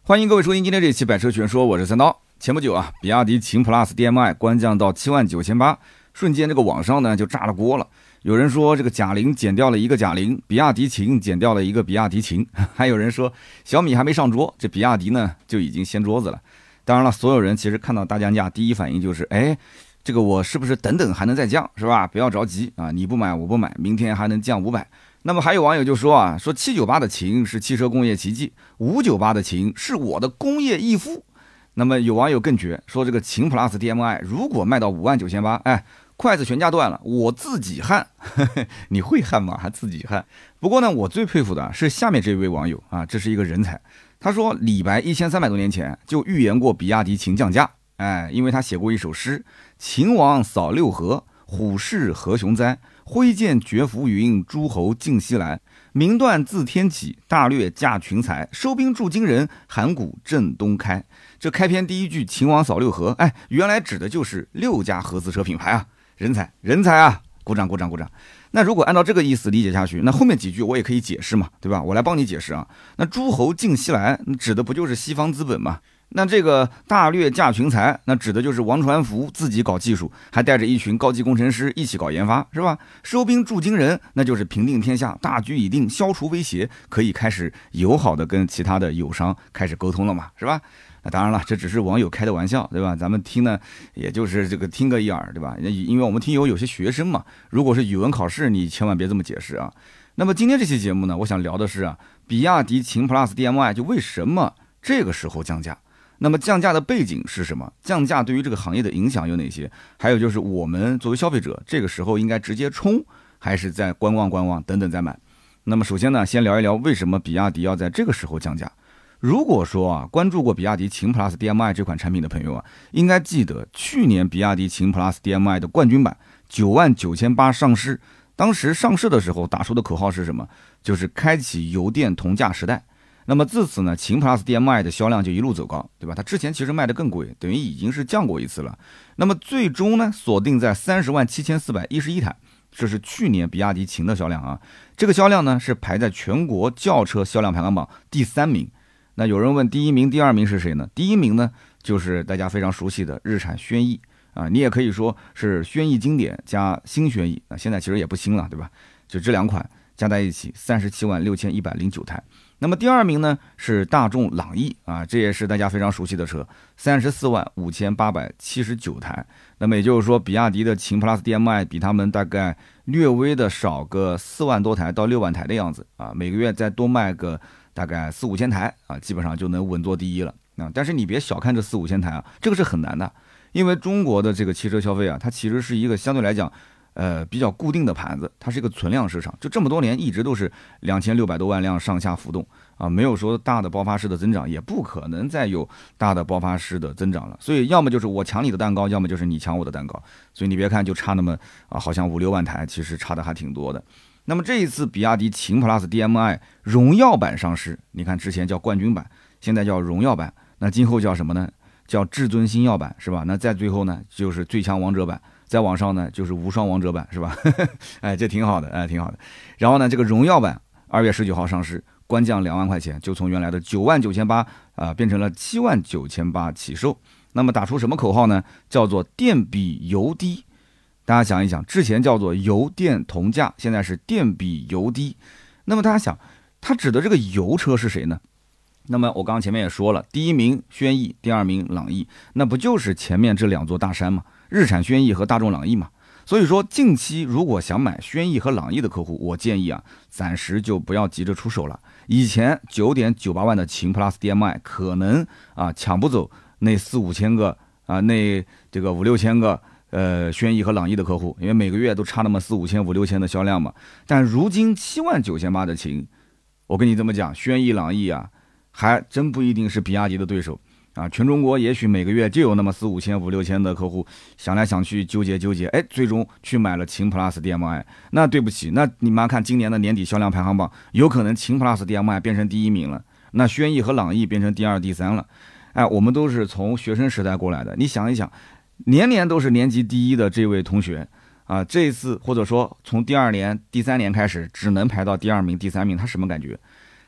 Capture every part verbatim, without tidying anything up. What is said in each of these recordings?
欢迎各位收听今天这一期百车全说，我是三刀。前不久啊，比亚迪秦 Plus D M I 官降到七万九千八，瞬间这个网上呢就炸了锅了。有人说这个贾玲减掉了一个贾玲，比亚迪秦减掉了一个比亚迪秦，还有人说小米还没上桌，这比亚迪呢就已经掀桌子了。当然了，所有人其实看到大降价，第一反应就是，哎，这个我是不是等等还能再降，是吧？不要着急啊，你不买我不买，明天还能降五百。那么还有网友就说啊，说七九八的秦是汽车工业奇迹，五九八的秦是我的工业义父。那么有网友更绝，说这个秦 Plus D M I 如果卖到五万九千八，哎，筷子全家断了，我自己焊。你会焊吗？还自己焊？不过呢，我最佩服的是下面这位网友啊，这是一个人才。他说李白一千三百多年前就预言过比亚迪秦降价，哎，因为他写过一首诗：秦王扫六合，虎视何雄哉。挥剑绝浮云，诸侯尽西来。名断自天起，大略驾群才。收兵铸金人，函谷正东开。这开篇第一句秦王扫六合，哎，原来指的就是六家合资车品牌啊！人才，人才啊！鼓掌，鼓掌，鼓掌。那如果按照这个意思理解下去，那后面几句我也可以解释嘛，对吧？我来帮你解释啊。那诸侯尽西来，指的不就是西方资本嘛？那这个大略驾群才，那指的就是王传福自己搞技术，还带着一群高级工程师一起搞研发，是吧？收兵铸金人，那就是平定天下，大局已定，消除威胁，可以开始友好的跟其他的友商开始沟通了嘛，是吧？那当然了，这只是网友开的玩笑，对吧？咱们听呢，也就是这个听个一耳，对吧？因为我们听友有些学生嘛，如果是语文考试，你千万别这么解释啊。那么今天这期节目呢，我想聊的是啊，比亚迪秦 Plus D M I 就为什么这个时候降价？那么降价的背景是什么？降价对于这个行业的影响有哪些？还有就是我们作为消费者，这个时候应该直接冲，还是再观望观望，等等再买？那么首先呢，先聊一聊为什么比亚迪要在这个时候降价。如果说啊，关注过比亚迪秦 Plus D M I 这款产品的朋友啊，应该记得去年比亚迪秦 Plus D M I 的冠军版九万九千八上市，当时上市的时候打出的口号是什么？就是开启油电同价时代。那么自此呢，秦 Plus D M I 的销量就一路走高，对吧？它之前其实卖的更贵，等于已经是降过一次了。那么最终呢，锁定在三十万七千四百一十一台，这是去年比亚迪秦的销量啊。这个销量呢是排在全国轿车销量排行榜第三名。那有人问第一名、第二名是谁呢？第一名呢就是大家非常熟悉的日产轩逸啊，你也可以说是轩逸经典加新轩逸啊，现在其实也不新了，对吧？就这两款加在一起，三十七万六千一百零九台。那么第二名呢是大众朗逸啊，这也是大家非常熟悉的车，三十四万五千八百七十九台。那么也就是说，比亚迪的秦 Plus D M I 比他们大概略微的少个四万多台到六万台的样子啊，每个月再多卖个大概四五千台啊，基本上就能稳坐第一了啊。但是你别小看这四五千台啊，这个是很难的，因为中国的这个汽车消费啊，它其实是一个相对来讲。呃，比较固定的盘子，它是一个存量市场，就这么多年一直都是两千六百多万辆上下浮动啊，没有说大的爆发式的增长，也不可能再有大的爆发式的增长了。所以要么就是我抢你的蛋糕，要么就是你抢我的蛋糕。所以你别看就差那么啊，好像五六万台，其实差的还挺多的。那么这一次比亚迪秦 Plus D M I 荣耀版上市，你看之前叫冠军版，现在叫荣耀版，那今后叫什么呢？叫至尊星耀版，是吧？那再最后呢，就是最强王者版。再往上呢，就是无双王者版，是吧？哎，这挺好的，哎，挺好的。然后呢，这个荣耀版二月十九号上市，官降两万块钱，就从原来的九万九千八啊变成了七万九千八起售。那么打出什么口号呢？叫做电比油低。大家想一想，之前叫做油电同价，现在是电比油低。那么大家想，它指的这个油车是谁呢？那么我刚刚前面也说了，第一名轩逸，第二名朗逸，那不就是前面这两座大山吗？日产轩逸和大众朗逸嘛。所以说近期如果想买轩逸和朗逸的客户，我建议啊，暂时就不要急着出手了。以前 九点九八万的秦 Plus D M I 可能啊抢不走那四五千个啊那这个五六千个呃轩逸和朗逸的客户，因为每个月都差那么四五千五六千的销量嘛。但如今七万九千八的秦，我跟你这么讲，轩逸朗逸啊还真不一定是比亚迪的对手啊！全中国也许每个月就有那么四五千、五六千的客户想来想去，纠结纠结，哎，最终去买了秦 Plus D M I。那对不起，那你们看今年的年底销量排行榜，有可能秦 Plus D M I 变成第一名了，那轩逸和朗逸变成第二、第三了。哎，我们都是从学生时代过来的，你想一想，年年都是年级第一的这位同学啊，这一次或者说从第二年、第三年开始，只能排到第二名、第三名，他什么感觉？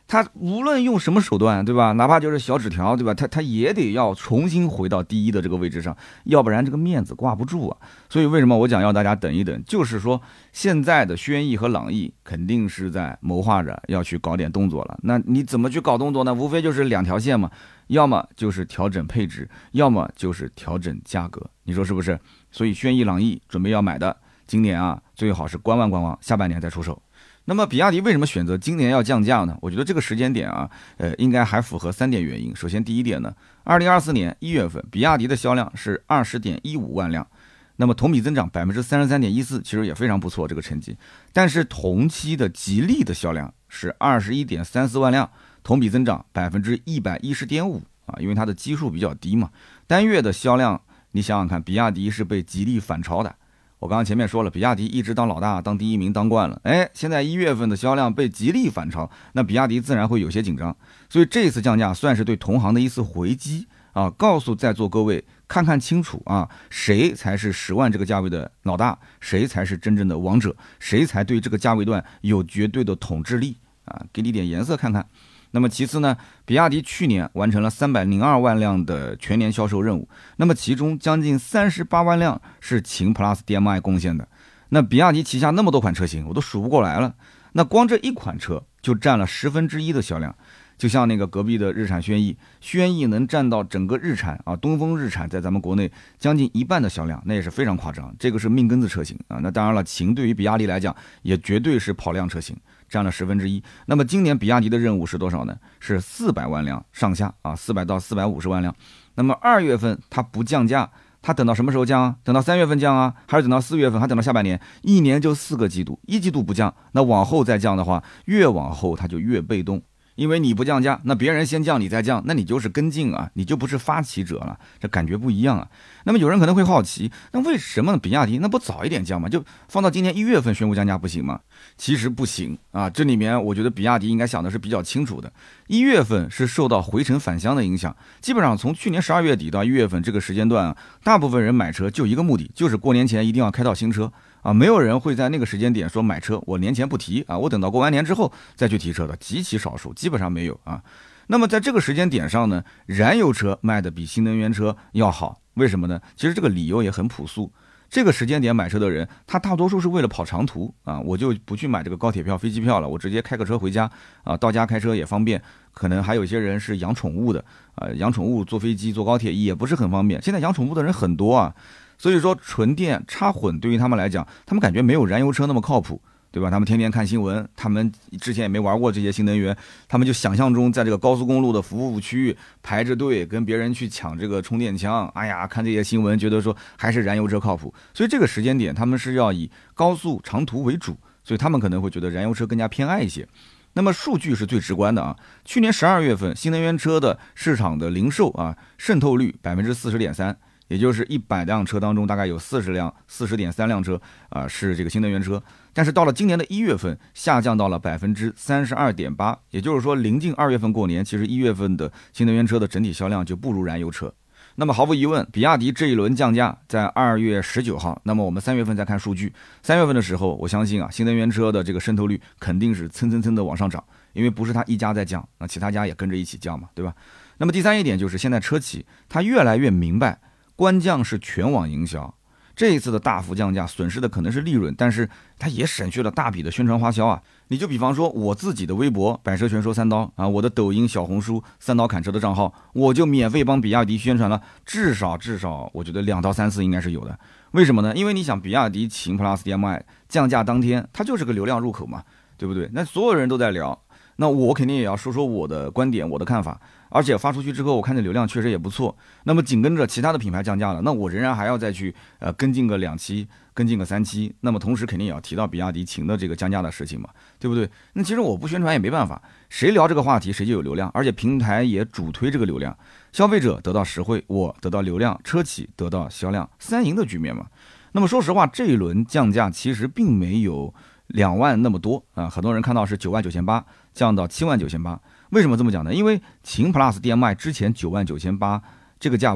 它无论用什么手段，对吧？哪怕就是小纸条，对吧？它它也得要重新回到第一的这个位置上，要不然这个面子挂不住啊。所以为什么我讲要大家等一等，就是说现在的轩逸和朗逸肯定是在谋划着要去搞点动作了。那你怎么去搞动作呢？无非就是两条线嘛，要么就是调整配置，要么就是调整价格，你说是不是？所以轩逸、朗逸准备要买的，今年啊最好是观望观望，下半年再出手。那么比亚迪为什么选择今年要降价呢？我觉得这个时间点啊，呃，应该还符合三点原因。首先，第一点呢，二零二四年一月份，比亚迪的销量是二十点一五万辆，那么同比增长百分之三十三点一四，其实也非常不错这个成绩。但是同期的吉利的销量是二十一点三四万辆，同比增长百分之一百一十点五啊，因为它的基数比较低嘛，单月的销量，你想想看，比亚迪是被吉利反超的。我刚刚前面说了，比亚迪一直当老大，当第一名当惯了，哎，现在一月份的销量被吉利反超，那比亚迪自然会有些紧张，所以这次降价算是对同行的一次回击啊，告诉在座各位，看看清楚啊，谁才是十万这个价位的老大，谁才是真正的王者，谁才对这个价位段有绝对的统治力啊，给你点颜色看看。那么其次呢，比亚迪去年完成了三百零二万辆的全年销售任务，那么其中将近三十八万辆是秦 Plus D M I 贡献的。那比亚迪旗下那么多款车型，我都数不过来了，那光这一款车就占了十分之一的销量。就像那个隔壁的日产轩逸，轩逸能占到整个日产啊，东风日产在咱们国内将近一半的销量，那也是非常夸张。这个是命根子车型啊。那当然了，秦对于比亚迪来讲，也绝对是跑量车型，占了十分之一。那么今年比亚迪的任务是多少呢？是四百万辆上下啊，四百到四百五十万辆。那么二月份它不降价，它等到什么时候降啊？等到三月份降啊，还是等到四月份？还等到下半年？一年就四个季度，一季度不降，那往后再降的话，越往后它就越被动。因为你不降价，那别人先降你再降，那你就是跟进啊，你就不是发起者了，这感觉不一样啊。那么有人可能会好奇，那为什么比亚迪那不早一点降吗？就放到今年一月份宣布降价不行吗？其实不行啊，这里面我觉得比亚迪应该想的是比较清楚的。一月份是受到回程返乡的影响，基本上从去年十二月底到一月份这个时间段啊，大部分人买车就一个目的，就是过年前一定要开套新车。啊，没有人会在那个时间点说买车，我年前不提啊，我等到过完年之后再去提车的，极其少数，基本上没有啊。那么在这个时间点上呢，燃油车卖的比新能源车要好，为什么呢？其实这个理由也很朴素，这个时间点买车的人，他大多数是为了跑长途啊，我就不去买这个高铁票、飞机票了，我直接开个车回家啊，到家开车也方便。可能还有一些人是养宠物的啊，养宠物坐飞机、坐高铁也不是很方便。现在养宠物的人很多啊。所以说纯电插混对于他们来讲，他们感觉没有燃油车那么靠谱，对吧？他们天天看新闻，他们之前也没玩过这些新能源，他们就想象中在这个高速公路的服务区域排着队跟别人去抢这个充电枪，哎呀，看这些新闻觉得说还是燃油车靠谱。所以这个时间点他们是要以高速长途为主，所以他们可能会觉得燃油车更加偏爱一些。那么数据是最直观的啊，去年十二月份新能源车的市场的零售啊渗透率百分之四十点三。也就是一百辆车当中大概有四十辆 四十点三辆车啊、呃、是这个新能源车，但是到了今年的一月份下降到了百分之三十二点八，也就是说临近二月份过年，其实一月份的新能源车的整体销量就不如燃油车。那么毫无疑问，比亚迪这一轮降价在二月十九号，那么我们三月份再看数据，三月份的时候，我相信啊，新能源车的这个渗透率肯定是蹭蹭蹭的往上涨，因为不是它一家在降，那其他家也跟着一起降嘛，对吧？那么第三一点就是现在车企它越来越明白。官降是全网营销，这一次的大幅降价损失的可能是利润，但是它也省去了大笔的宣传花销啊。你就比方说我自己的微博百车全说三刀啊，我的抖音小红书三刀砍车的账号，我就免费帮比亚迪宣传了至少至少我觉得两到三次应该是有的。为什么呢？因为你想比亚迪秦 Plus D M I 降价当天它就是个流量入口嘛，对不对？那所有人都在聊，那我肯定也要说说我的观点我的看法，而且发出去之后我看这流量确实也不错，那么紧跟着其他的品牌降价了，那我仍然还要再去呃跟进个两期跟进个三期，那么同时肯定也要提到比亚迪秦的这个降价的事情嘛，对不对？那其实我不宣传也没办法，谁聊这个话题谁就有流量，而且平台也主推这个流量，消费者得到实惠，我得到流量，车企得到销量，三赢的局面嘛。那么说实话，这一轮降价其实并没有两万那么多啊，很多人看到是九万九千八降到七万九千八，为什么这么讲呢？因为秦 Plus D M I 之前九万九千八这个价位啊，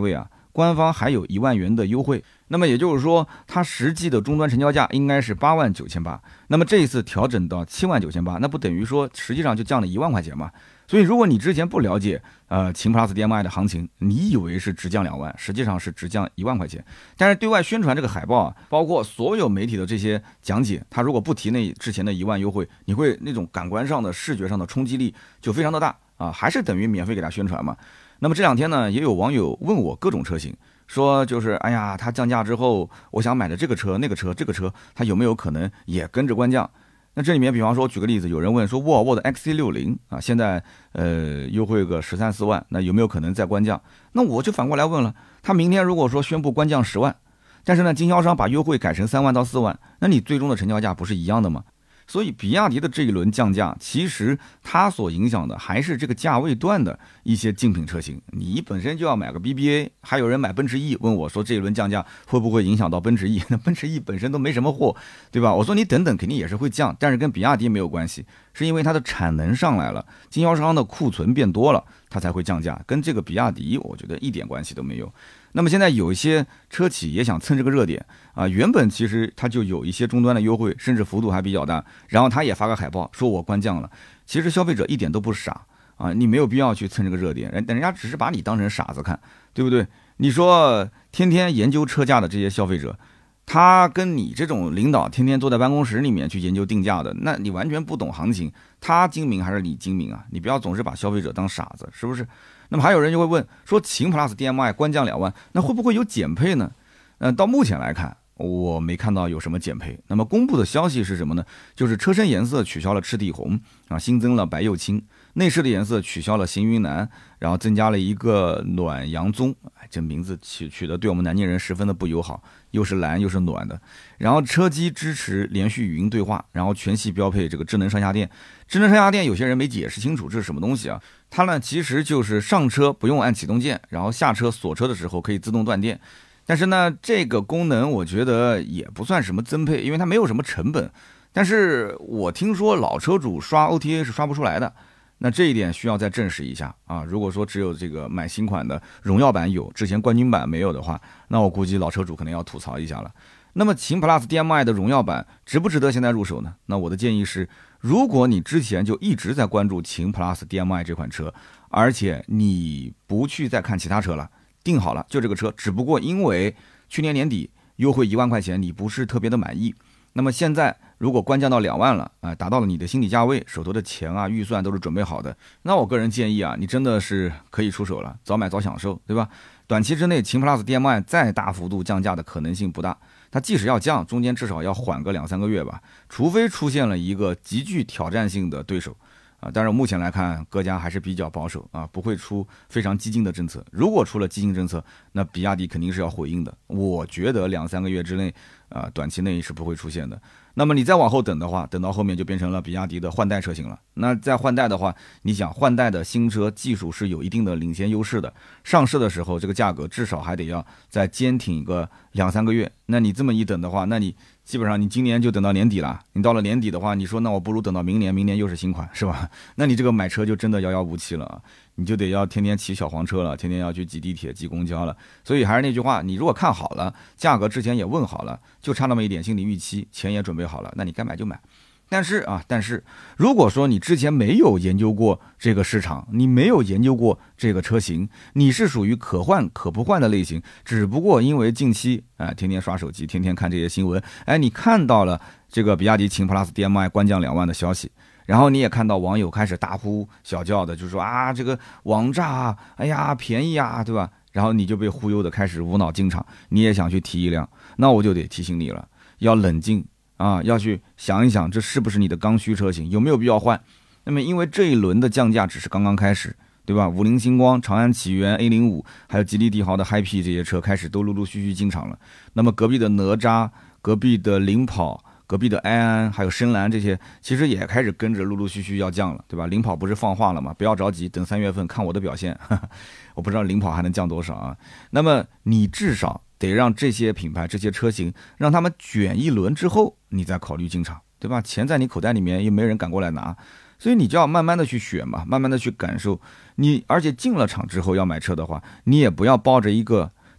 官方还有一万元的优惠。那么也就是说，它实际的终端成交价应该是八万九千八，那么这一次调整到七万九千八，那不等于说实际上就降了一万块钱嘛？所以如果你之前不了解呃秦 Plus D M I 的行情，你以为是直降两万，实际上是直降一万块钱。但是对外宣传这个海报啊，包括所有媒体的这些讲解，它如果不提那之前的一万优惠，你会那种感官上的视觉上的冲击力就非常的大啊，还是等于免费给他宣传嘛。那么这两天呢，也有网友问我各种车型，说就是哎呀，它降价之后，我想买的这个车、那个车、这个车，它有没有可能也跟着官降？那这里面，比方说举个例子，有人问说沃尔沃的 X C 六十 啊，现在呃优惠个十三四万，那有没有可能再官降？那我就反过来问了，他明天如果说宣布官降十万，但是呢经销商把优惠改成三万到四万，那你最终的成交价不是一样的吗？所以比亚迪的这一轮降价，其实它所影响的还是这个价位段的一些竞品车型。你本身就要买个 B B A， 还有人买奔驰 E， 问我说这一轮降价会不会影响到奔驰 E？ 那奔驰 E 本身都没什么货，对吧？我说你等等，肯定也是会降，但是跟比亚迪没有关系，是因为它的产能上来了，经销商的库存变多了，它才会降价，跟这个比亚迪我觉得一点关系都没有。那么现在有一些车企也想蹭这个热点啊，原本其实它就有一些终端的优惠，甚至幅度还比较大，然后他也发个海报说我官降了。其实消费者一点都不傻啊，你没有必要去蹭这个热点，人人家只是把你当成傻子看，对不对？你说天天研究车价的这些消费者，他跟你这种领导天天坐在办公室里面去研究定价的，那你完全不懂行情，他精明还是你精明啊？你不要总是把消费者当傻子，是不是？那么还有人就会问说，秦 Plus D M I 官降两万，那会不会有减配呢？呃，到目前来看，我没看到有什么减配。那么公布的消息是什么呢？就是车身颜色取消了赤地红啊，新增了白釉青；内饰的颜色取消了行云蓝，然后增加了一个暖阳棕。哎，这名字取取的对我们南京人十分的不友好，又是蓝又是暖的。然后车机支持连续语音对话，然后全系标配这个智能上下电。智能上下电有些人没解释清楚这是什么东西啊？它呢其实就是上车不用按启动键，然后下车锁车的时候可以自动断电。但是呢，这个功能我觉得也不算什么增配，因为它没有什么成本。但是我听说老车主刷 O T A 是刷不出来的，那这一点需要再证实一下啊。如果说只有这个买新款的荣耀版有，之前冠军版没有的话，那我估计老车主可能要吐槽一下了。那么秦 Plus D M I 的荣耀版值不值得现在入手呢？那我的建议是，如果你之前就一直在关注秦 Plus D M I 这款车，而且你不去再看其他车了，定好了就这个车，只不过因为去年年底优惠一万块钱，你不是特别的满意，那么现在如果官降到两万了啊、呃，达到了你的心理价位，手头的钱啊预算都是准备好的，那我个人建议啊，你真的是可以出手了，早买早享受，对吧？短期之内秦 Plus D M I 再大幅度降价的可能性不大，它即使要降，中间至少要缓个两三个月吧，除非出现了一个极具挑战性的对手。啊，但是目前来看，各家还是比较保守啊，不会出非常激进的政策。如果出了激进政策，那比亚迪肯定是要回应的。我觉得两三个月之内，啊，短期内是不会出现的。那么你再往后等的话，等到后面就变成了比亚迪的换代车型了。那再换代的话，你想换代的新车技术是有一定的领先优势的，上市的时候这个价格至少还得要再坚挺个两三个月。那你这么一等的话，那你基本上你今年就等到年底了，你到了年底的话，你说那我不如等到明年，明年又是新款，是吧？那你这个买车就真的遥遥无期了，你就得要天天骑小黄车了，天天要去挤地铁、挤公交了。所以还是那句话，你如果看好了，价格之前也问好了，就差那么一点心理预期，钱也准备好了，那你该买就买。但是啊，但是如果说你之前没有研究过这个市场，你没有研究过这个车型，你是属于可换可不换的类型，只不过因为近期啊、呃、天天刷手机，天天看这些新闻，哎，你看到了这个比亚迪秦 Plus D M I 官降两万的消息，然后你也看到网友开始大呼小叫的，就说啊这个网炸啊，哎呀便宜啊，对吧？然后你就被忽悠的开始无脑进场，你也想去提一辆，那我就得提醒你了，要冷静。啊，要去想一想，这是不是你的刚需车型，有没有必要换？那么，因为这一轮的降价只是刚刚开始，对吧？五菱星光、长安启源、A 零五，还有吉利帝豪的 Hi-P 这些车开始都陆陆续续进场了。那么，隔壁的哪吒、隔壁的领跑、隔壁的埃安，还有深蓝这些，其实也开始跟着陆陆续续要降了，对吧？领跑不是放话了吗？不要着急，等三月份看我的表现。呵呵，我不知道领跑还能降多少啊？那么，你至少得让这些品牌、这些车型让他们卷一轮之后，你再考虑进场，对吧？钱在你口袋里面，又没人敢过来拿，所以你就要慢慢的去选嘛，慢慢的去感受。你而且进了场之后要买车的话，你也不要抱着一个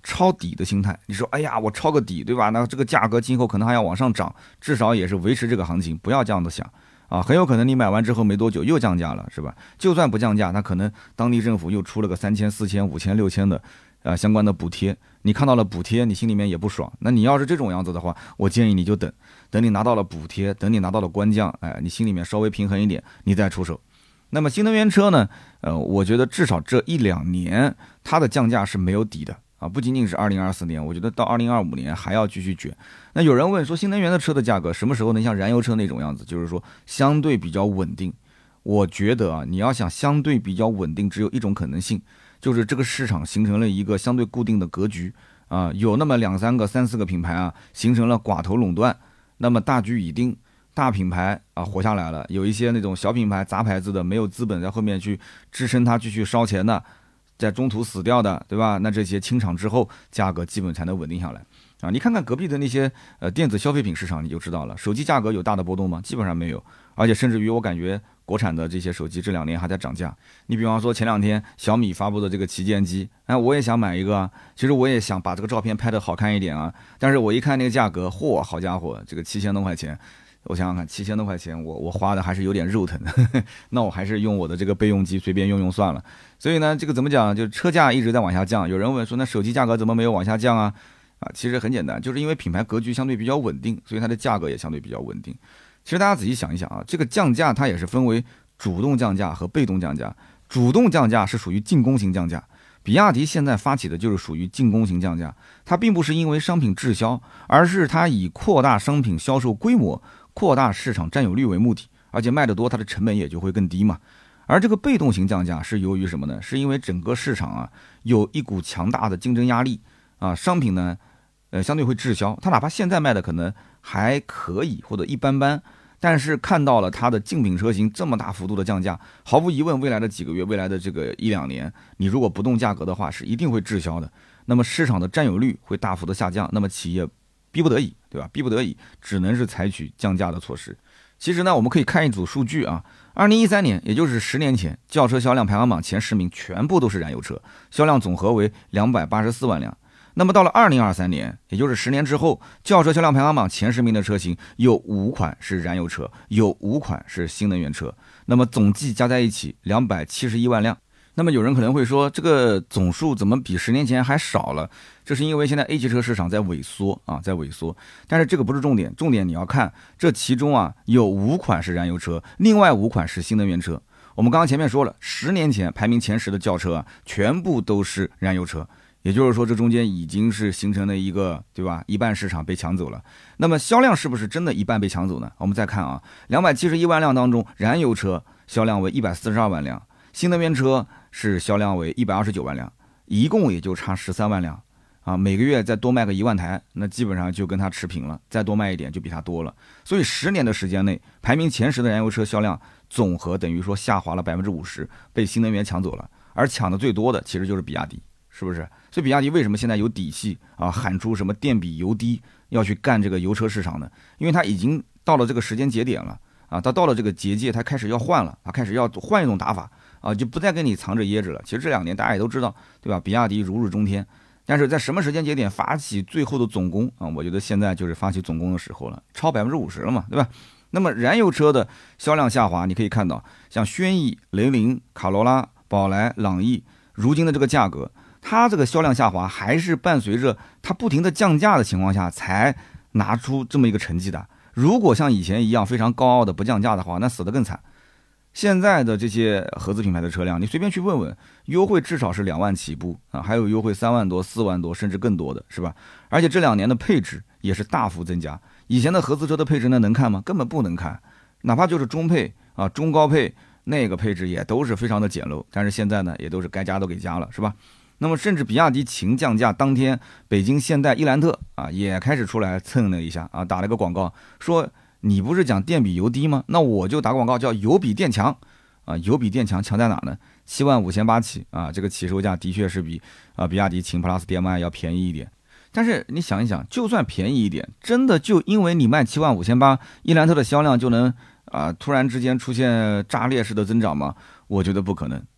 抄底的心态。你说，哎呀，我抄个底，对吧？那这个价格今后可能还要往上涨，至少也是维持这个行情，不要这样子想啊。很有可能你买完之后没多久又降价了，是吧？就算不降价，那可能当地政府又出了个三千、四千、五千、六千的呃相关的补贴，你看到了补贴，你心里面也不爽。那你要是这种样子的话，我建议你就等，等你拿到了补贴，等你拿到了官降，哎，你心里面稍微平衡一点，你再出手。那么新能源车呢？呃，我觉得至少这一两年它的降价是没有底的啊，不仅仅是二零二四年，我觉得到二零二五年还要继续卷。那有人问说，新能源的车的价格什么时候能像燃油车那种样子，就是说相对比较稳定？我觉得啊，你要想相对比较稳定，只有一种可能性，就是这个市场形成了一个相对固定的格局啊，有那么两三个、三四个品牌啊，形成了寡头垄断，那么大局已定。大品牌啊活下来了，有一些那种小品牌杂牌子的，没有资本在后面去支撑它继续烧钱的，在中途死掉的，对吧？那这些清场之后，价格基本才能稳定下来啊。你看看隔壁的那些呃电子消费品市场，你就知道了。手机价格有大的波动吗？基本上没有，而且甚至于我感觉国产的这些手机这两年还在涨价。你比方说前两天小米发布的这个旗舰机，哎，我也想买一个啊。其实我也想把这个照片拍得好看一点啊，但是我一看那个价格，嚯，好家伙，这个七千多块钱。我想想看，七千多块钱，我我花的还是有点肉疼的，那我还是用我的这个备用机随便用用算了。所以呢，这个怎么讲？就车价一直在往下降。有人问说，那手机价格怎么没有往下降啊？啊，其实很简单，就是因为品牌格局相对比较稳定，所以它的价格也相对比较稳定。其实大家仔细想一想啊，这个降价它也是分为主动降价和被动降价。主动降价是属于进攻型降价。比亚迪现在发起的就是属于进攻型降价，它并不是因为商品滞销，而是它以扩大商品销售规模、扩大市场占有率为目的，而且卖得多，它的成本也就会更低嘛。而这个被动型降价是由于什么呢？是因为整个市场啊有一股强大的竞争压力啊，商品呢，呃相对会滞销，它哪怕现在卖的可能还可以或者一般般。但是看到了它的竞品车型这么大幅度的降价，毫无疑问，未来的几个月，未来的这个一两年，你如果不动价格的话，是一定会滞销的。那么市场的占有率会大幅的下降，那么企业逼不得已，对吧？逼不得已，只能是采取降价的措施。其实呢，我们可以看一组数据啊，二零一三年，也就是十年前，轿车销量排行榜前十名全部都是燃油车，销量总和为两百八十四万辆。那么到了二零二三年，也就是十年之后，轿车销量排行榜前十名的车型有五款是燃油车，有五款是新能源车。那么总计加在一起两百七十一万辆。那么有人可能会说，这个总数怎么比十年前还少了？这是因为现在 A 级车市场在萎缩啊，在萎缩。但是这个不是重点，重点你要看这其中啊有五款是燃油车，另外五款是新能源车。我们刚刚前面说了，十年前排名前十的轿车啊，全部都是燃油车。也就是说，这中间已经是形成了一个，对吧？一半市场被抢走了。那么销量是不是真的一半被抢走呢？我们再看啊，两百七十一万辆当中，燃油车销量为一百四十二万辆，新能源车是销量为一百二十九万辆，一共也就差十三万辆啊。每个月再多卖个一万台，那基本上就跟它持平了，再多卖一点就比它多了。所以十年的时间内，排名前十的燃油车销量总和等于说下滑了百分之五十，被新能源抢走了。而抢的最多的其实就是比亚迪。是不是？所以比亚迪为什么现在有底气啊，喊出什么电比油低，要去干这个油车市场呢？因为它已经到了这个时间节点了啊，它到了这个结界，它开始要换了，它开始要换一种打法啊，就不再跟你藏着掖着了。其实这两年大家也都知道，对吧？比亚迪如日中天，但是在什么时间节点发起最后的总攻啊？我觉得现在就是发起总攻的时候了，超百分之五十了嘛，对吧？那么燃油车的销量下滑，你可以看到，像轩逸、雷凌、卡罗拉、宝来、朗逸，如今的这个价格。它这个销量下滑还是伴随着它不停的降价的情况下才拿出这么一个成绩的。如果像以前一样非常高傲的不降价的话，那死得更惨。现在的这些合资品牌的车辆，你随便去问问，优惠至少是两万起步啊，还有优惠三万多、四万多，甚至更多的是吧？而且这两年的配置也是大幅增加。以前的合资车的配置那能看吗？根本不能看，哪怕就是中配啊、中高配那个配置也都是非常的简陋。但是现在呢，也都是该加都给加了，是吧？那么甚至比亚迪秦降价当天，北京现代伊兰特啊也开始出来蹭了一下啊，打了个广告，说你不是讲电比油低吗？那我就打广告叫油比电强啊，油比电强强在哪呢？七万五千八起啊，这个起售价的确是比啊比亚迪秦 Plus D M I 要便宜一点。但是你想一想，就算便宜一点，真的就因为你卖七万五千八，伊兰特的销量就能啊突然之间出现炸裂式的增长吗？我觉得不可能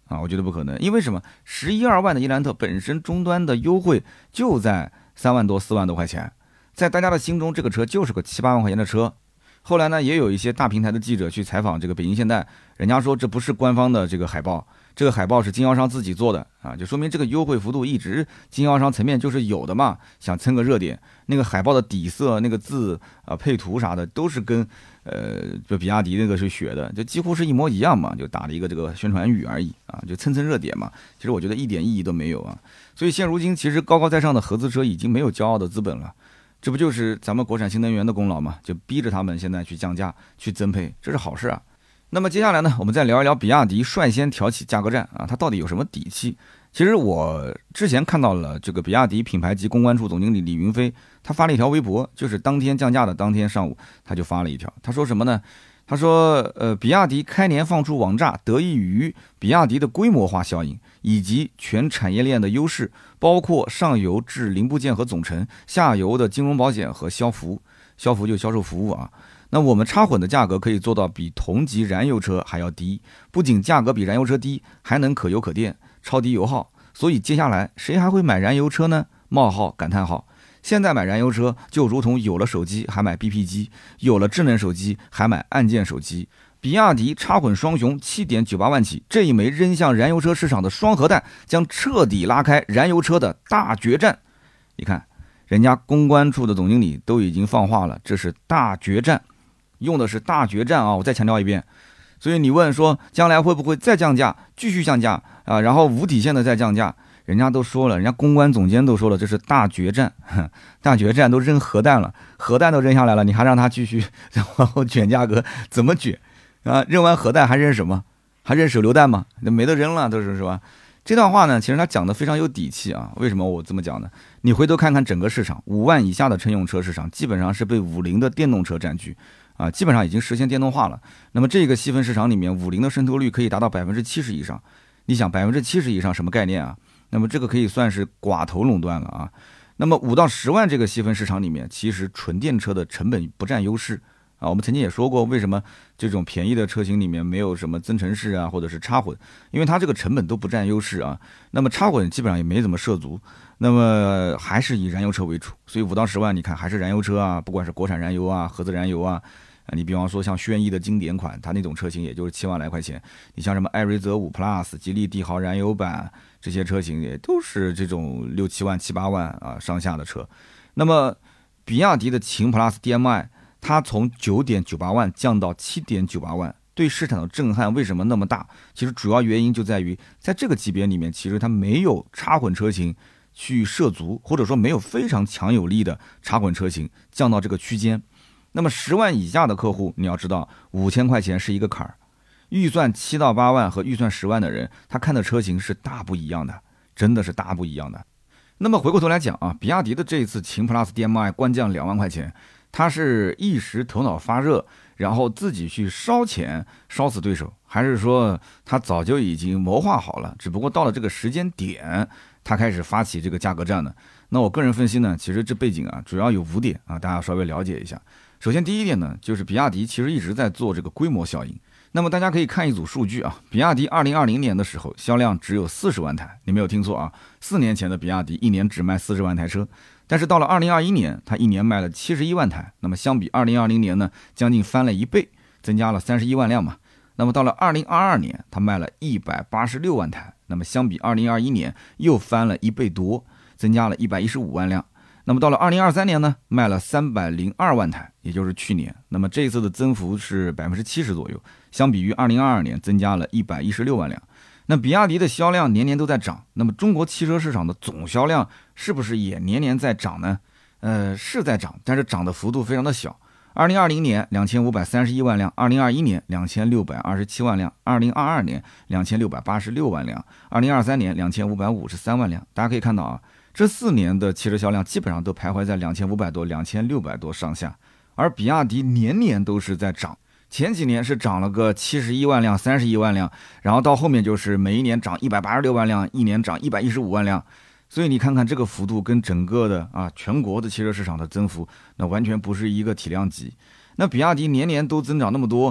啊，我觉得不可能，因为什么？十一二万的伊兰特本身终端的优惠就在三万多、四万多块钱，在大家的心中，这个车就是个七八万块钱的车。后来呢，也有一些大平台的记者去采访这个北京现代，人家说这不是官方的这个海报，这个海报是经销商自己做的啊，就说明这个优惠幅度一直经销商层面就是有的嘛，想蹭个热点。那个海报的底色、那个字啊、配图啥的都是跟呃就比亚迪那个是学的，就几乎是一模一样嘛，就打了一个这个宣传语而已啊，就蹭蹭热点嘛。其实我觉得一点意义都没有啊。所以现如今其实高高在上的合资车已经没有骄傲的资本了。这不就是咱们国产新能源的功劳吗？就逼着他们现在去降价、去增配，这是好事啊。那么接下来呢，我们再聊一聊比亚迪率先挑起价格战啊，它到底有什么底气？其实我之前看到了这个比亚迪品牌及公关处总经理李云飞，他发了一条微博，就是当天降价的当天上午，他就发了一条，他说什么呢？他说，呃，比亚迪开年放出网炸，得益于比亚迪的规模化效应以及全产业链的优势，包括上游至零部件和总成，下游的金融保险和销服，销服就销售服务啊。那我们插混的价格可以做到比同级燃油车还要低，不仅价格比燃油车低，还能可油可电，超低油耗。所以接下来谁还会买燃油车呢？冒号感叹号。现在买燃油车就如同有了手机还买 B P 机，有了智能手机还买按键手机。比亚迪插混双雄 七点九八万起，这一枚扔向燃油车市场的双核弹将彻底拉开燃油车的大决战。你看人家公关处的总经理都已经放话了，这是大决战，用的是大决战啊！我再强调一遍。所以你问说将来会不会再降价，继续降价啊，然后无底线的再降价，人家都说了，人家公关总监都说了，这是大决战，大决战都扔核弹了，核弹都扔下来了，你还让他继续然后卷价格，怎么卷啊？扔完核弹还扔什么？还扔手榴弹吗？那没得扔了，都是是吧？这段话呢，其实他讲的非常有底气啊。为什么我这么讲呢？你回头看看整个市场，五万以下的乘用车市场基本上是被五菱的电动车占据啊，基本上已经实现电动化了。那么这个细分市场里面，五菱的渗透率可以达到百分之七十以上。你想百分之七十以上什么概念啊？那么这个可以算是寡头垄断了啊。那么五到十万这个细分市场里面，其实纯电车的成本不占优势啊。我们曾经也说过，为什么这种便宜的车型里面没有什么增程式啊，或者是插混，因为它这个成本都不占优势啊。那么插混基本上也没怎么涉足，那么还是以燃油车为主。所以五到十万，你看还是燃油车啊，不管是国产燃油啊、合资燃油啊。啊，你比方说像轩逸的经典款，它那种车型也就是七万来块钱。你像什么艾瑞泽五 Plus、吉利帝豪燃油版这些车型，也都是这种六七万、七八万啊上下的车。那么，比亚迪的秦 Plus D M I， 它从九点九八万降到七点九八万，对市场的震撼为什么那么大？其实主要原因就在于，在这个级别里面，其实它没有插混车型去涉足，或者说没有非常强有力的插混车型降到这个区间。那么十万以下的客户，你要知道五千块钱是一个坎儿，预算七到八万和预算十万的人，他看的车型是大不一样的，真的是大不一样的。那么回过头来讲啊，比亚迪的这一次秦 Plus D M I 官降两万块钱，他是一时头脑发热，然后自己去烧钱烧死对手，还是说他早就已经谋划好了，只不过到了这个时间点，他开始发起这个价格战呢？那我个人分析呢，其实这背景啊，主要有五点啊，大家稍微了解一下。首先第一点呢，就是比亚迪其实一直在做这个规模效应。那么大家可以看一组数据啊，比亚迪二零二零年的时候销量只有四十万台，你没有听错啊，四年前的比亚迪一年只卖四十万台车，但是到了二零二一年，它一年卖了七十一万台，那么相比二零二零年呢，将近翻了一倍，增加了三十一万辆嘛。那么到了二零二二年，它卖了一百八十六万台，那么相比二零二一年又翻了一倍多，增加了一百一十五万辆。那么到了二零二三年呢，卖了三百零二万台，也就是去年。那么这一次的增幅是百分之七十左右，相比于二零二二年增加了一百一十六万辆。那比亚迪的销量年年都在涨，那么中国汽车市场的总销量是不是也年年在涨呢？呃，是在涨，但是涨的幅度非常的小。二零二零年两千五百三十一万辆，二零二一年两千六百二十七万辆，二零二二年两千六百八十六万辆，二零二三年两千五百五十三万辆。大家可以看到啊，这四年的汽车销量基本上都徘徊在两千五百多、两千六百多上下，而比亚迪年年都是在涨。前几年是涨了个七十一万辆、三十一万辆，然后到后面就是每一年涨一百八十六万辆，一年涨一百一十五万辆。所以你看看这个幅度跟整个的啊全国的汽车市场的增幅，那完全不是一个体量级。那比亚迪年年都增长那么多，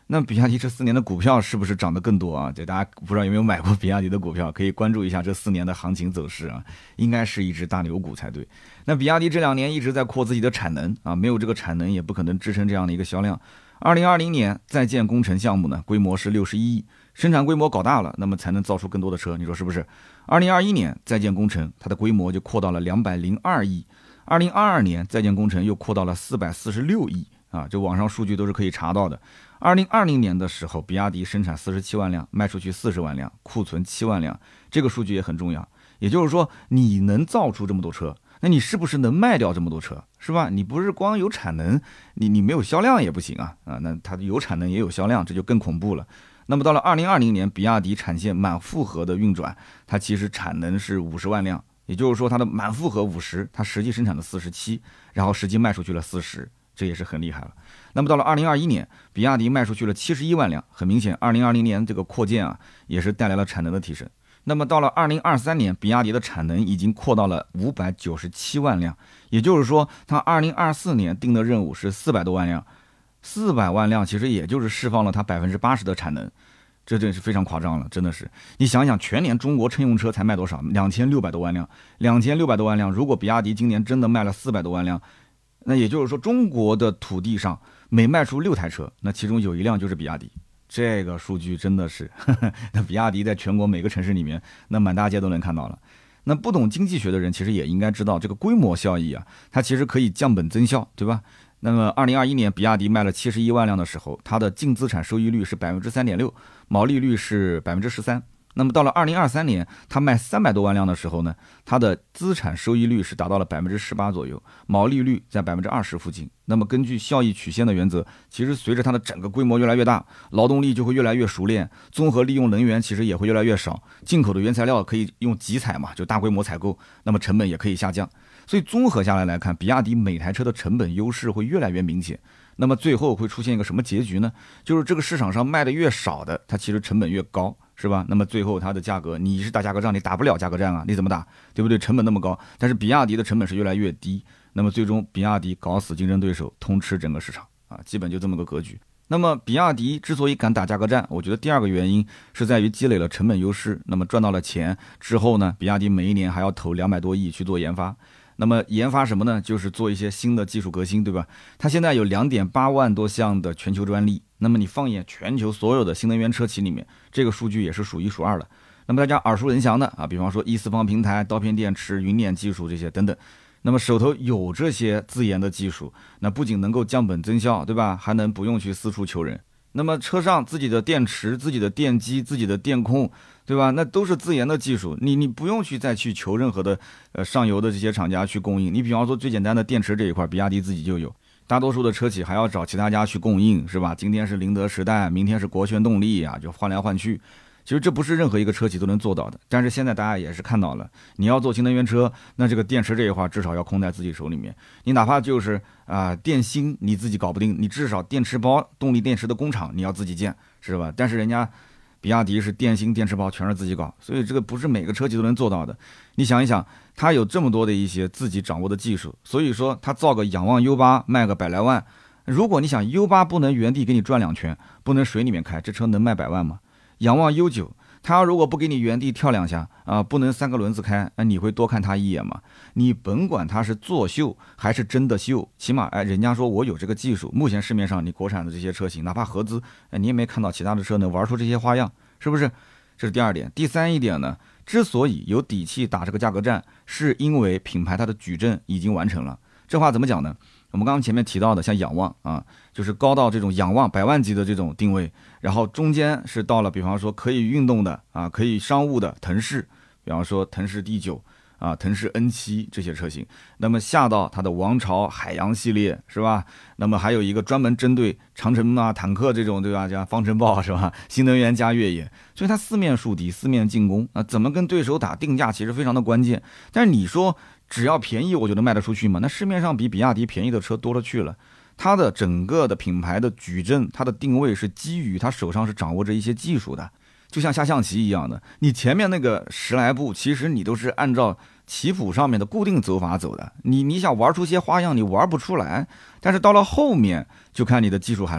那比亚迪这四年的股票是不是涨得更多啊？这大家不知道有没有买过比亚迪的股票，可以关注一下这四年的行情走势啊，应该是一只大牛股才对。那比亚迪这两年一直在扩自己的产能啊，没有这个产能也不可能支撑这样的一个销量。二零二零年在建工程项目呢，规模是六十一亿，生产规模搞大了，那么才能造出更多的车，你说是不是？二零二一年在建工程它的规模就扩到了两百零二亿，二零二二年在建工程又扩到了四百四十六亿啊，这网上数据都是可以查到的。二零二零年的时候，比亚迪生产四十七万辆，卖出去四十万辆，库存七万辆，这个数据也很重要。也就是说，你能造出这么多车，那你是不是能卖掉这么多车，是吧？你不是光有产能，你你没有销量也不行啊啊！那它有产能也有销量，这就更恐怖了。那么到了二零二零年，比亚迪产线满负荷的运转，它其实产能是五十万辆，也就是说它的满负荷五十，它实际生产的四十七，然后实际卖出去了四十。这也是很厉害了。那么到了二零二一年，比亚迪卖出去了七十一万辆，很明显，二零二零年这个扩建啊，也是带来了产能的提升。那么到了二零二三年，比亚迪的产能已经扩到了五百九十七万辆，也就是说，它二零二四年定的任务是四百多万辆，四百万辆其实也就是释放了它百分之八十的产能，这真是非常夸张了，真的是。你想想，全年中国乘用车才卖多少？两千六百多万辆，两千六百多万辆。如果比亚迪今年真的卖了四百多万辆，那也就是说，中国的土地上每卖出六台车，那其中有一辆就是比亚迪。这个数据真的是，呵呵，那比亚迪在全国每个城市里面，那满大街都能看到了。那不懂经济学的人，其实也应该知道，这个规模效益啊，它其实可以降本增效，对吧？那么，二零二一年比亚迪卖了七十一万辆的时候，它的净资产收益率是百分之三点六，毛利率是百分之十三。那么到了二零二三年，它卖三百多万辆的时候呢，它的资产收益率是达到了百分之十八左右，毛利率在百分之二十附近。那么根据效益曲线的原则，其实随着它的整个规模越来越大，劳动力就会越来越熟练，综合利用能源其实也会越来越少，进口的原材料可以用集采嘛，就大规模采购，那么成本也可以下降。所以综合下来来看，比亚迪每台车的成本优势会越来越明显。那么最后会出现一个什么结局呢？就是这个市场上卖的越少的，它其实成本越高，是吧？那么最后它的价格，你是打价格战，你打不了价格战啊，你怎么打？对不对？成本那么高，但是比亚迪的成本是越来越低，那么最终比亚迪搞死竞争对手，通吃整个市场啊，基本就这么个格局。那么比亚迪之所以敢打价格战，我觉得第二个原因是在于积累了成本优势，那么赚到了钱之后呢，比亚迪每一年还要投两百多亿去做研发。那么研发什么呢？就是做一些新的技术革新，对吧？它现在有 两点八万多项的全球专利，那么你放眼全球所有的新能源车企里面，这个数据也是数一数二的。那么大家耳熟能详的啊，比方说 E 四方平台、刀片电池、云链技术这些等等，那么手头有这些自研的技术，那不仅能够降本增效，对吧？还能不用去四处求人。那么车上自己的电池、自己的电机、自己的电控，对吧？那都是自研的技术，你你不用去再去求任何的呃上游的这些厂家去供应。你比方说最简单的电池这一块，比亚迪自己就有，大多数的车企还要找其他家去供应，是吧？今天是宁德时代，明天是国轩动力啊，就换来换去。其实这不是任何一个车企都能做到的，但是现在大家也是看到了，你要做新能源车，那这个电池这一块至少要控在自己手里面。你哪怕就是啊、呃、电芯你自己搞不定，你至少电池包、动力电池的工厂你要自己建，是吧？但是人家比亚迪是电芯、电池包全是自己搞，所以这个不是每个车企都能做到的。你想一想，它有这么多的一些自己掌握的技术，所以说它造个仰望 U 八卖个百来万，如果你想 U 八不能原地给你转两圈，不能水里面开，这车能卖百万吗？仰望 U 九，它如果不给你原地跳两下啊，不能三个轮子开，那你会多看它一眼吗？你甭管它是作秀还是真的秀，起码哎，人家说我有这个技术。目前市面上你国产的这些车型，哪怕合资，哎，你也没看到其他的车能玩出这些花样，是不是？这是第二点。第三一点呢，之所以有底气打这个价格战，是因为品牌它的矩阵已经完成了。这话怎么讲呢？我们刚刚前面提到的，像仰望啊，就是高到这种仰望百万级的这种定位，然后中间是到了，比方说可以运动的啊，可以商务的腾势，比方说腾势 D 九 啊，腾势 N 七 这些车型，那么下到它的王朝海洋系列，是吧？那么还有一个专门针对长城啊、坦克这种，对吧？像方程豹是吧？新能源加越野，所以它四面树敌，四面进攻啊，怎么跟对手打？定价其实非常的关键。但是你说只要便宜我就能卖得出去吗？那市面上比比亚迪便宜的车多了去了。它的整个的品牌的矩阵，它的定位是基于它手上是掌握着一些技术的，就像下象棋一样的。你前面那个十来步，其实你都是按照棋谱上面的固定走法走的。你你想玩出些花样，你玩不出来。但是到了后面，就看你的技术含量了。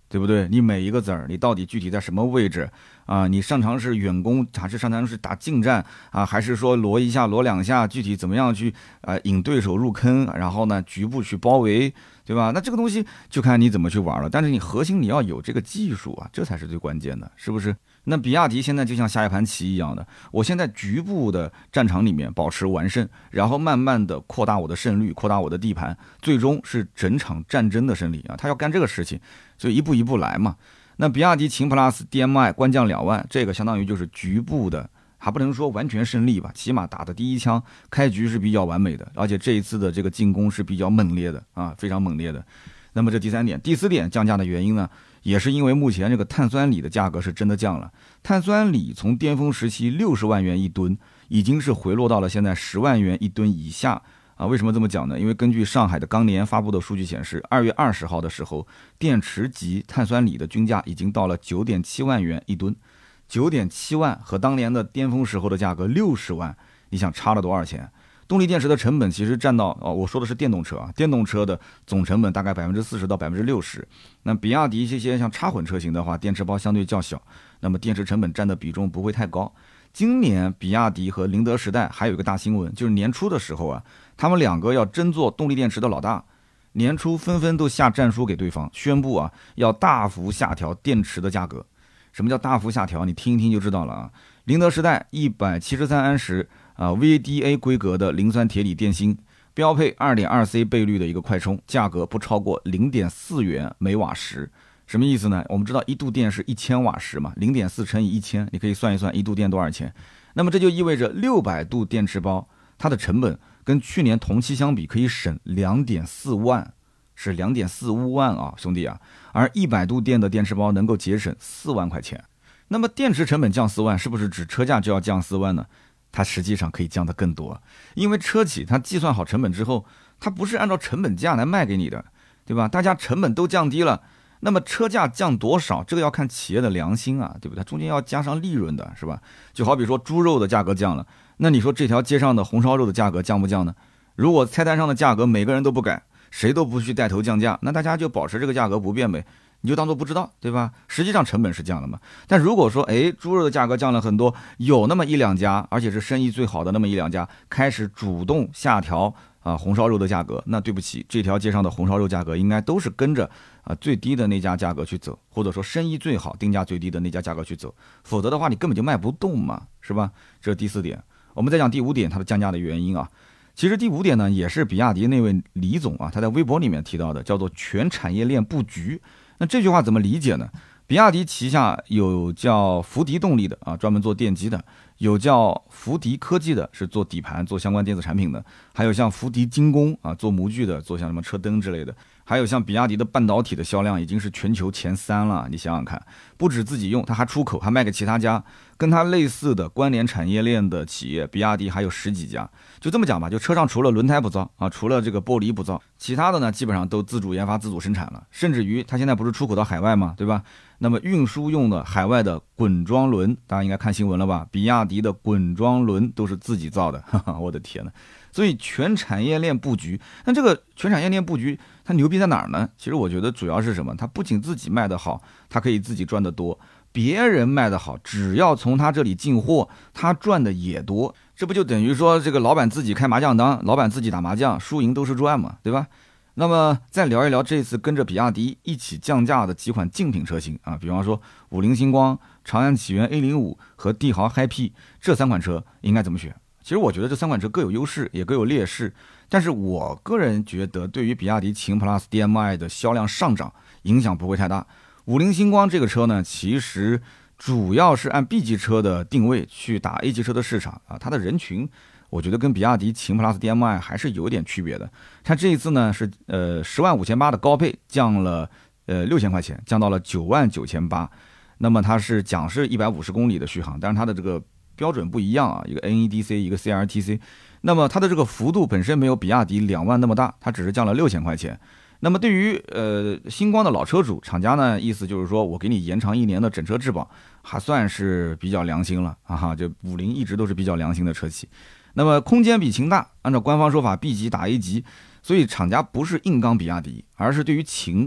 对不对？你每一个子儿，你到底具体在什么位置啊？你上场是远攻，还是上场是打近战啊？还是说挪一下、挪两下，具体怎么样去啊引对手入坑，然后呢局部去包围，对吧？那这个东西就看你怎么去玩了。但是你核心你要有这个技术啊，这才是最关键的，是不是？那比亚迪现在就像下一盘棋一样的，我现在局部的战场里面保持完胜，然后慢慢的扩大我的胜率，扩大我的地盘，最终是整场战争的胜利啊！他要干这个事情，所以一步一步来嘛。那比亚迪秦 Plus D M I 官降两万，这个相当于就是局部的，还不能说完全胜利吧，起码打的第一枪开局是比较完美的，而且这一次的这个进攻是比较猛烈的啊，非常猛烈的。那么这第三点，第四点降价的原因呢，也是因为目前这个碳酸锂的价格是真的降了。碳酸锂从巅峰时期六十万元一吨，已经是回落到了现在十万元一吨以下啊。为什么这么讲呢？因为根据上海的钢联发布的数据显示，二月二十号的时候，电池级碳酸锂的均价已经到了九点七万元一吨，九点七万和当年的巅峰时候的价格六十万，你想差了多少钱？动力电池的成本其实占到哦，我说的是电动车啊，电动车的总成本大概百分之四十到百分之六十。那比亚迪这些像插混车型的话，电池包相对较小，那么电池成本占的比重不会太高。今年比亚迪和宁德时代还有一个大新闻，就是年初的时候啊，他们两个要争做动力电池的老大，年初纷纷都下战书给对方，宣布啊要大幅下调电池的价格。什么叫大幅下调？你听一听就知道了啊。宁德时代一百七十三安时。啊 ，V D A 规格的磷酸铁锂电芯，标配 二点二 C 倍率的一个快充，价格不超过 零点四元每瓦时。什么意思呢？我们知道一度电是一千瓦时嘛 ，零点四乘以一千，你可以算一算一度电多少钱。那么这就意味着六百度电池包，它的成本跟去年同期相比可以省 两点四万，是 两点四五万啊，兄弟啊！而一百度电的电池包能够节省四万块钱。那么电池成本降四万，是不是指车价就要降四万呢？它实际上可以降得更多，因为车企它计算好成本之后，它不是按照成本价来卖给你的，对吧？大家成本都降低了，那么车价降多少，这个要看企业的良心啊，对不对？中间要加上利润的，是吧？就好比说猪肉的价格降了，那你说这条街上的红烧肉的价格降不降呢？如果菜单上的价格每个人都不改，谁都不去带头降价，那大家就保持这个价格不变呗。你就当做不知道，对吧？实际上成本是降了嘛。但如果说，哎，猪肉的价格降了很多，有那么一两家，而且是生意最好的那么一两家，开始主动下调啊红烧肉的价格，那对不起，这条街上的红烧肉价格应该都是跟着啊最低的那家价格去走，或者说生意最好、定价最低的那家价格去走，否则的话你根本就卖不动嘛，是吧？这是第四点。我们再讲第五点，它的降价的原因啊。其实第五点呢，也是比亚迪那位李总啊，他在微博里面提到的，叫做全产业链布局。那这句话怎么理解呢？比亚迪旗下有叫福迪动力的啊，专门做电机的；有叫福迪科技的，是做底盘、做相关电子产品的；还有像福迪精工啊，做模具的，做像什么车灯之类的；还有像比亚迪的半导体的销量已经是全球前三了。你想想看，不止自己用，它还出口，还卖给其他家。跟它类似的关联产业链的企业，比亚迪还有十几家。就这么讲吧，就车上除了轮胎不造啊，除了这个玻璃不造，其他的呢基本上都自主研发、自主生产了。甚至于它现在不是出口到海外嘛，对吧？那么运输用的海外的滚装轮，大家应该看新闻了吧？比亚迪的滚装轮都是自己造的，哈哈，我的天呐！所以全产业链布局，那这个全产业链布局它牛逼在哪儿呢？其实我觉得主要是什么？它不仅自己卖得好，它可以自己赚得多。别人卖得好，只要从他这里进货，他赚的也多，这不就等于说这个老板自己开麻将档，老板自己打麻将，输赢都是赚嘛，对吧？那么再聊一聊这次跟着比亚迪一起降价的几款竞品车型啊，比方说五菱星光、长安启源 A 零五 和帝豪 Hi-P 这三款车应该怎么选？其实我觉得这三款车各有优势，也各有劣势，但是我个人觉得对于比亚迪秦 Plus D M I 的销量上涨影响不会太大。五菱星光这个车呢，其实主要是按 B 级车的定位去打 A 级车的市场啊，它的人群我觉得跟比亚迪秦 Plus D M I 还是有点区别的。它这一次呢是呃十万五千八的高配降了呃六千块钱，降到了九万九千八。那么它是讲是一百五十公里的续航，但是它的这个标准不一样啊，一个 N E D C 一个 C R T C。那么它的这个幅度本身没有比亚迪两万那么大，它只是降了六千块钱。那么对于呃星光的老车主，厂家呢意思就是说我给你延长一年的整车质保，还算是比较良心了啊哈。就五菱一直都是比较良心的车企。那么空间比秦大，按照官方说法 B 级打 A 级，所以厂家不是硬刚比亚迪，而是对于秦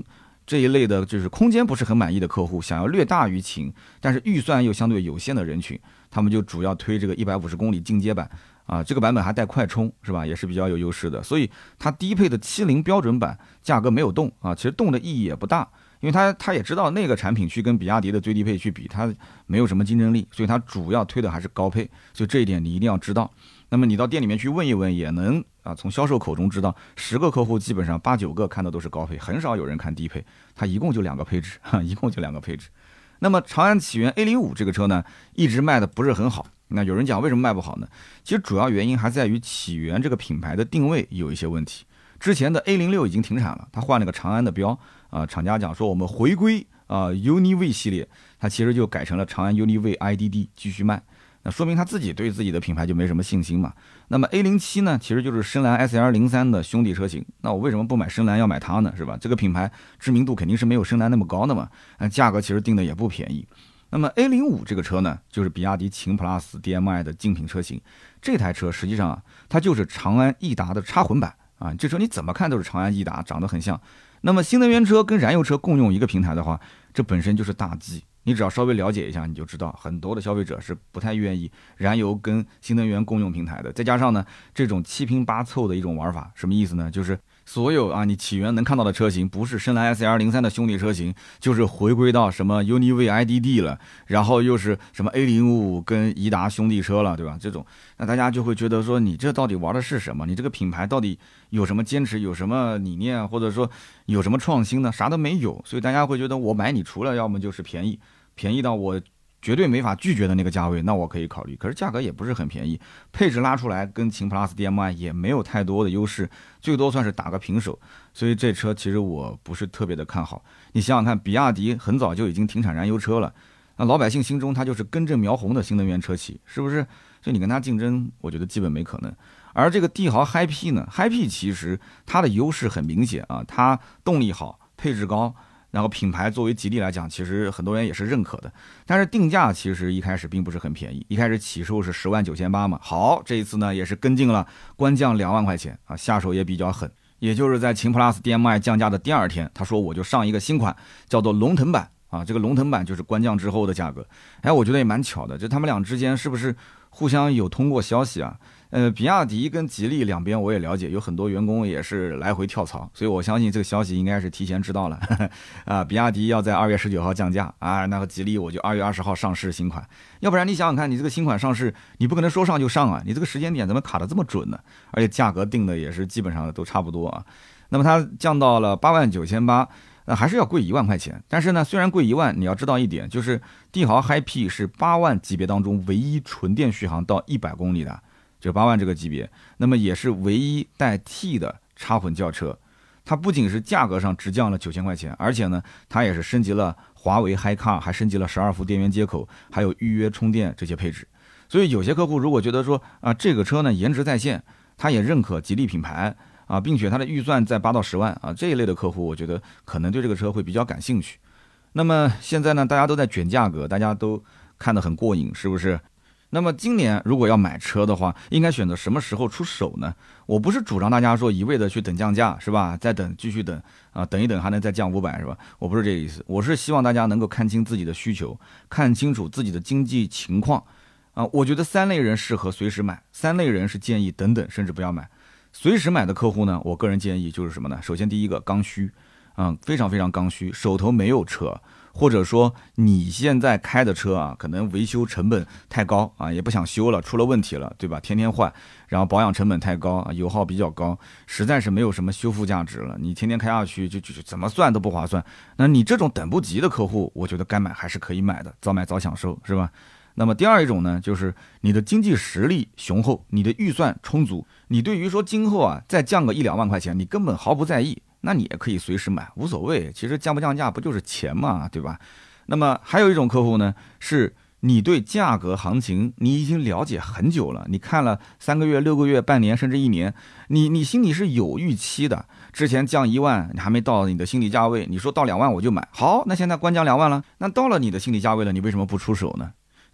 这一类的就是空间不是很满意的客户，想要略大于秦，但是预算又相对有限的人群，他们就主要推这个一百五十公里进阶版啊，这个版本还带快充是吧，也是比较有优势的。所以它低配的七零标准版价格没有动啊，其实动的意义也不大，因为他他也知道那个产品去跟比亚迪的最低配去比，它没有什么竞争力，所以它主要推的还是高配，所以这一点你一定要知道。那么你到店里面去问一问，也能啊从销售口中知道，十个客户基本上八九个看的都是高配，很少有人看低配，它一共就两个配置，哈，一共就两个配置。那么长安启源 A 零五 这个车呢，一直卖的不是很好。那有人讲为什么卖不好呢？其实主要原因还在于启源这个品牌的定位有一些问题。之前的 A 零六 已经停产了，它换了个长安的标啊、呃，厂家讲说我们回归啊、呃、UniV 系列，它其实就改成了长安 UniV I D D 继续卖。那说明他自己对自己的品牌就没什么信心嘛。那么 A 零七 呢，其实就是深蓝 S L 零三 的兄弟车型。那我为什么不买深蓝要买它呢？是吧？这个品牌知名度肯定是没有深蓝那么高的嘛。那价格其实定的也不便宜。那么 A 零五 这个车呢，就是比亚迪秦 Plus D M I 的竞品车型。这台车实际上啊，它就是长安逸达的插混版啊。这车你怎么看都是长安逸达，长得很像。那么新能源车跟燃油车共用一个平台的话，这本身就是大忌。你只要稍微了解一下，你就知道很多的消费者是不太愿意燃油跟新能源共用平台的。再加上呢，这种七拼八凑的一种玩法，什么意思呢？就是所有啊，你启源能看到的车型，不是深蓝 S L 零三 的兄弟车型，就是回归到什么 UniV I D D 了，然后又是什么 A 零五 跟颐达兄弟车了，对吧？这种，那大家就会觉得说，你这到底玩的是什么？你这个品牌到底有什么坚持，有什么理念，或者说有什么创新呢？啥都没有，所以大家会觉得我买你除了要么就是便宜。便宜到我绝对没法拒绝的那个价位，那我可以考虑。可是价格也不是很便宜，配置拉出来跟秦 Plus D M I 也没有太多的优势，最多算是打个平手。所以这车其实我不是特别的看好。你想想看，比亚迪很早就已经停产燃油车了，那老百姓心中它就是根正苗红的新能源车企，是不是？所以你跟它竞争，我觉得基本没可能。而这个帝豪 Hi-P 呢 ，Hi-P 其实它的优势很明显啊，它动力好，配置高。然后品牌作为吉利来讲，其实很多人也是认可的，但是定价其实一开始并不是很便宜，一开始起售是十万九千八嘛。好，这一次呢也是跟进了，官降两万块钱啊，下手也比较狠。也就是在秦 Plus D M I 降价的第二天，他说我就上一个新款，叫做龙腾版啊，这个龙腾版就是官降之后的价格。哎，我觉得也蛮巧的，就他们俩之间是不是互相有通过消息啊？呃，比亚迪跟吉利两边我也了解，有很多员工也是来回跳槽，所以我相信这个消息应该是提前知道了。呵呵啊，比亚迪要在二月十九号降价啊，那个吉利我就二月二十号上市新款。要不然你想想看，你这个新款上市，你不可能说上就上啊，你这个时间点怎么卡得这么准呢？而且价格定的也是基本上都差不多啊。那么它降到了八万九千八。呃，还是要贵一万块钱，但是呢，虽然贵一万，你要知道一点，就是帝豪 Hi-P 是八万级别当中唯一纯电续航到一百公里的，就八万这个级别，那么也是唯一带 T 的插混轿车。它不仅是价格上直降了九千块钱，而且呢，它也是升级了华为 HiCar， 还升级了十二伏电源接口，还有预约充电这些配置。所以有些客户如果觉得说啊，这个车呢颜值在线，他也认可吉利品牌。啊，并且它的预算在八到十万啊，这一类的客户，我觉得可能对这个车会比较感兴趣。那么现在呢，大家都在卷价格，大家都看得很过瘾，是不是？那么今年如果要买车的话，应该选择什么时候出手呢？我不是主张大家说一味的去等降价，是吧？再等，继续等啊，等一等还能再降五百，是吧？我不是这个意思，我是希望大家能够看清自己的需求，看清楚自己的经济情况啊。我觉得三类人适合随时买，三类人是建议等等，甚至不要买。随时买的客户呢，我个人建议就是什么呢？首先第一个刚需，嗯，非常非常刚需，手头没有车，或者说你现在开的车啊，可能维修成本太高啊，也不想修了，出了问题了，对吧？天天换，然后保养成本太高，油耗比较高，实在是没有什么修复价值了，你天天开下去就就就怎么算都不划算。那你这种等不及的客户，我觉得该买还是可以买的，早买早享受，是吧？那么第二一种呢，就是你的经济实力雄厚，你的预算充足，你对于说今后啊再降个一两万块钱，你根本毫不在意，那你也可以随时买，无所谓。其实降不降价不就是钱嘛，对吧？那么还有一种客户呢，是你对价格行情你已经了解很久了，你看了三个月、六个月、半年甚至一年，你你心里是有预期的。之前降一万，你还没到你的心理价位，你说到两万我就买，好，那现在官降两万了，那到了你的心理价位了，你为什么不出手呢？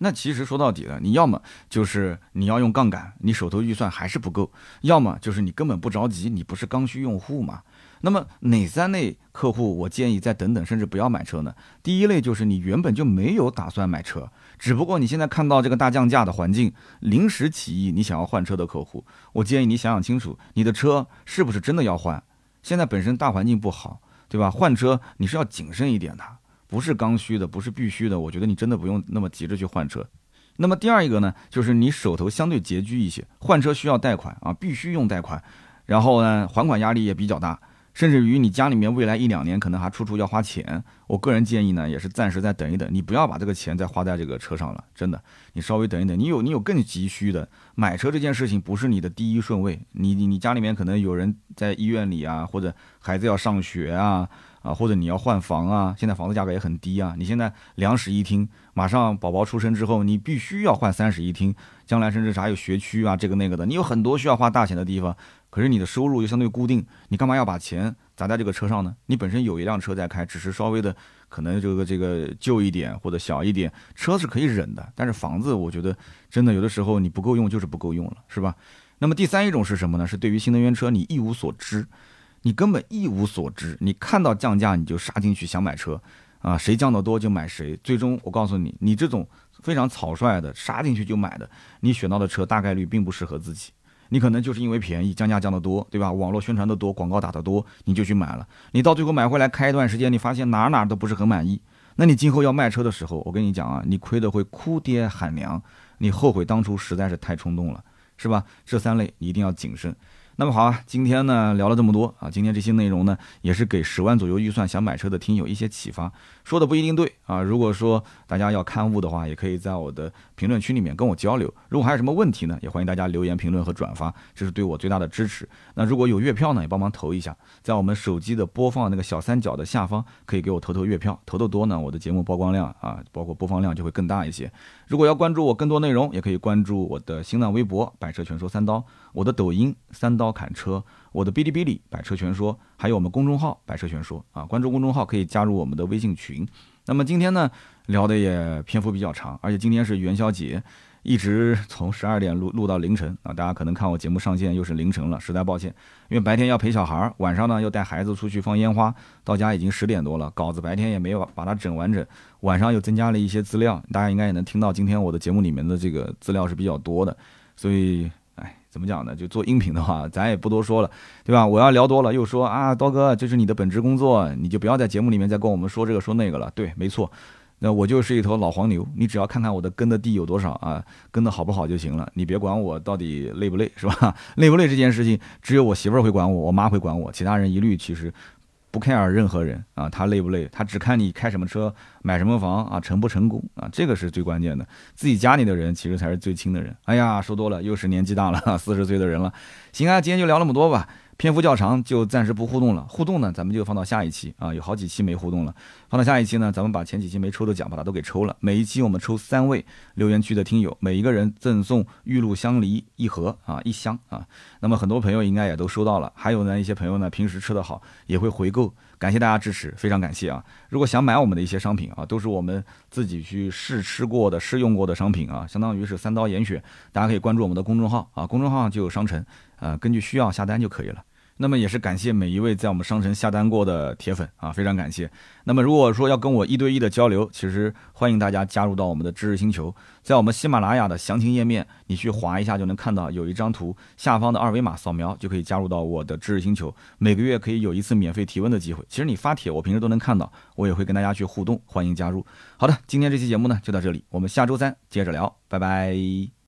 那其实说到底了，你要么就是你要用杠杆，你手头预算还是不够，要么就是你根本不着急，你不是刚需用户嘛。那么哪三类客户我建议再等等，甚至不要买车呢？第一类就是你原本就没有打算买车，只不过你现在看到这个大降价的环境，临时起意你想要换车的客户，我建议你想想清楚，你的车是不是真的要换？现在本身大环境不好，对吧？换车你是要谨慎一点的，不是刚需的，不是必须的，我觉得你真的不用那么急着去换车。那么第二一个呢，就是你手头相对拮据一些，换车需要贷款啊，必须用贷款，然后呢还款压力也比较大。甚至于你家里面未来一两年可能还处处要花钱，我个人建议呢，也是暂时再等一等，你不要把这个钱再花在这个车上了，真的，你稍微等一等，你有你有更急需的，买车这件事情不是你的第一顺位，你你你家里面可能有人在医院里啊，或者孩子要上学啊，啊或者你要换房啊，现在房子价格也很低啊，你现在两室一厅，马上宝宝出生之后，你必须要换三室一厅，将来甚至还有学区啊这个那个的，你有很多需要花大钱的地方。可是你的收入又相对固定，你干嘛要把钱砸在这个车上呢？你本身有一辆车在开，只是稍微的可能这个这个旧一点或者小一点，车是可以忍的。但是房子，我觉得真的有的时候你不够用就是不够用了，是吧？那么第三一种是什么呢？是对于新能源车你一无所知，你根本一无所知，你看到降价你就杀进去想买车啊，谁降得多就买谁。最终我告诉你，你这种非常草率的杀进去就买的，你选到的车大概率并不适合自己。你可能就是因为便宜，降价降得多，对吧？网络宣传的多，广告打得多，你就去买了。你到最后买回来开一段时间，你发现哪哪都不是很满意。那你今后要卖车的时候，我跟你讲啊，你亏得会哭爹喊娘，你后悔当初实在是太冲动了，是吧？这三类你一定要谨慎。那么好啊，今天呢聊了这么多啊，今天这些内容呢也是给十万左右预算想买车的听友一些启发，说的不一定对啊。如果说大家要刊物的话，也可以在我的评论区里面跟我交流。如果还有什么问题呢，也欢迎大家留言评论和转发，这是对我最大的支持。那如果有月票呢，也帮忙投一下，在我们手机的播放那个小三角的下方，可以给我投投月票，投得多呢，我的节目曝光量啊，包括播放量就会更大一些。如果要关注我更多内容，也可以关注我的新浪微博百车全说三刀，我的抖音三刀砍车，我的哔哩哔哩百车全说，还有我们公众号百车全说啊，关注公众号可以加入我们的微信群。那么今天呢聊的也篇幅比较长，而且今天是元宵节，一直从十二点录录到凌晨啊，大家可能看我节目上线又是凌晨了，实在抱歉，因为白天要陪小孩，晚上呢又带孩子出去放烟花，到家已经十点多了，稿子白天也没有把它整完整，晚上又增加了一些资料，大家应该也能听到今天我的节目里面的这个资料是比较多的，所以哎，怎么讲呢？就做音频的话，咱也不多说了，对吧？我要聊多了，又说啊，刀哥，这是你的本职工作，你就不要在节目里面再跟我们说这个说那个了。对，没错，那我就是一头老黄牛，你只要看看我的耕的地有多少啊，耕的好不好就行了，你别管我到底累不累，是吧？累不累这件事情，只有我媳妇儿会管我，我妈会管我，其他人一律其实不 care 任何人啊，他累不累，他只看你开什么车，买什么房啊，成不成功啊，这个是最关键的。自己家里的人其实才是最亲的人。哎呀，说多了，又是年纪大了，四十岁的人了。行啊，今天就聊那么多吧，篇幅较长，就暂时不互动了。互动呢，咱们就放到下一期啊，有好几期没互动了，放到下一期呢，咱们把前几期没抽的奖把它都给抽了。每一期我们抽三位留言区的听友，每一个人赠送玉露香梨一盒啊，一箱啊。那么很多朋友应该也都收到了，还有呢一些朋友呢平时吃得好也会回购，感谢大家支持，非常感谢啊！如果想买我们的一些商品啊，都是我们自己去试吃过的、试用过的商品啊，相当于是三刀严选，大家可以关注我们的公众号啊，公众号上就有商城，呃，根据需要下单就可以了。那么也是感谢每一位在我们商城下单过的铁粉啊，非常感谢。那么如果说要跟我一对一的交流，其实欢迎大家加入到我们的知识星球，在我们喜马拉雅的详情页面，你去划一下就能看到有一张图，下方的二维码扫描就可以加入到我的知识星球，每个月可以有一次免费提问的机会。其实你发帖我平时都能看到，我也会跟大家去互动，欢迎加入。好的，今天这期节目呢就到这里，我们下周三接着聊，拜拜。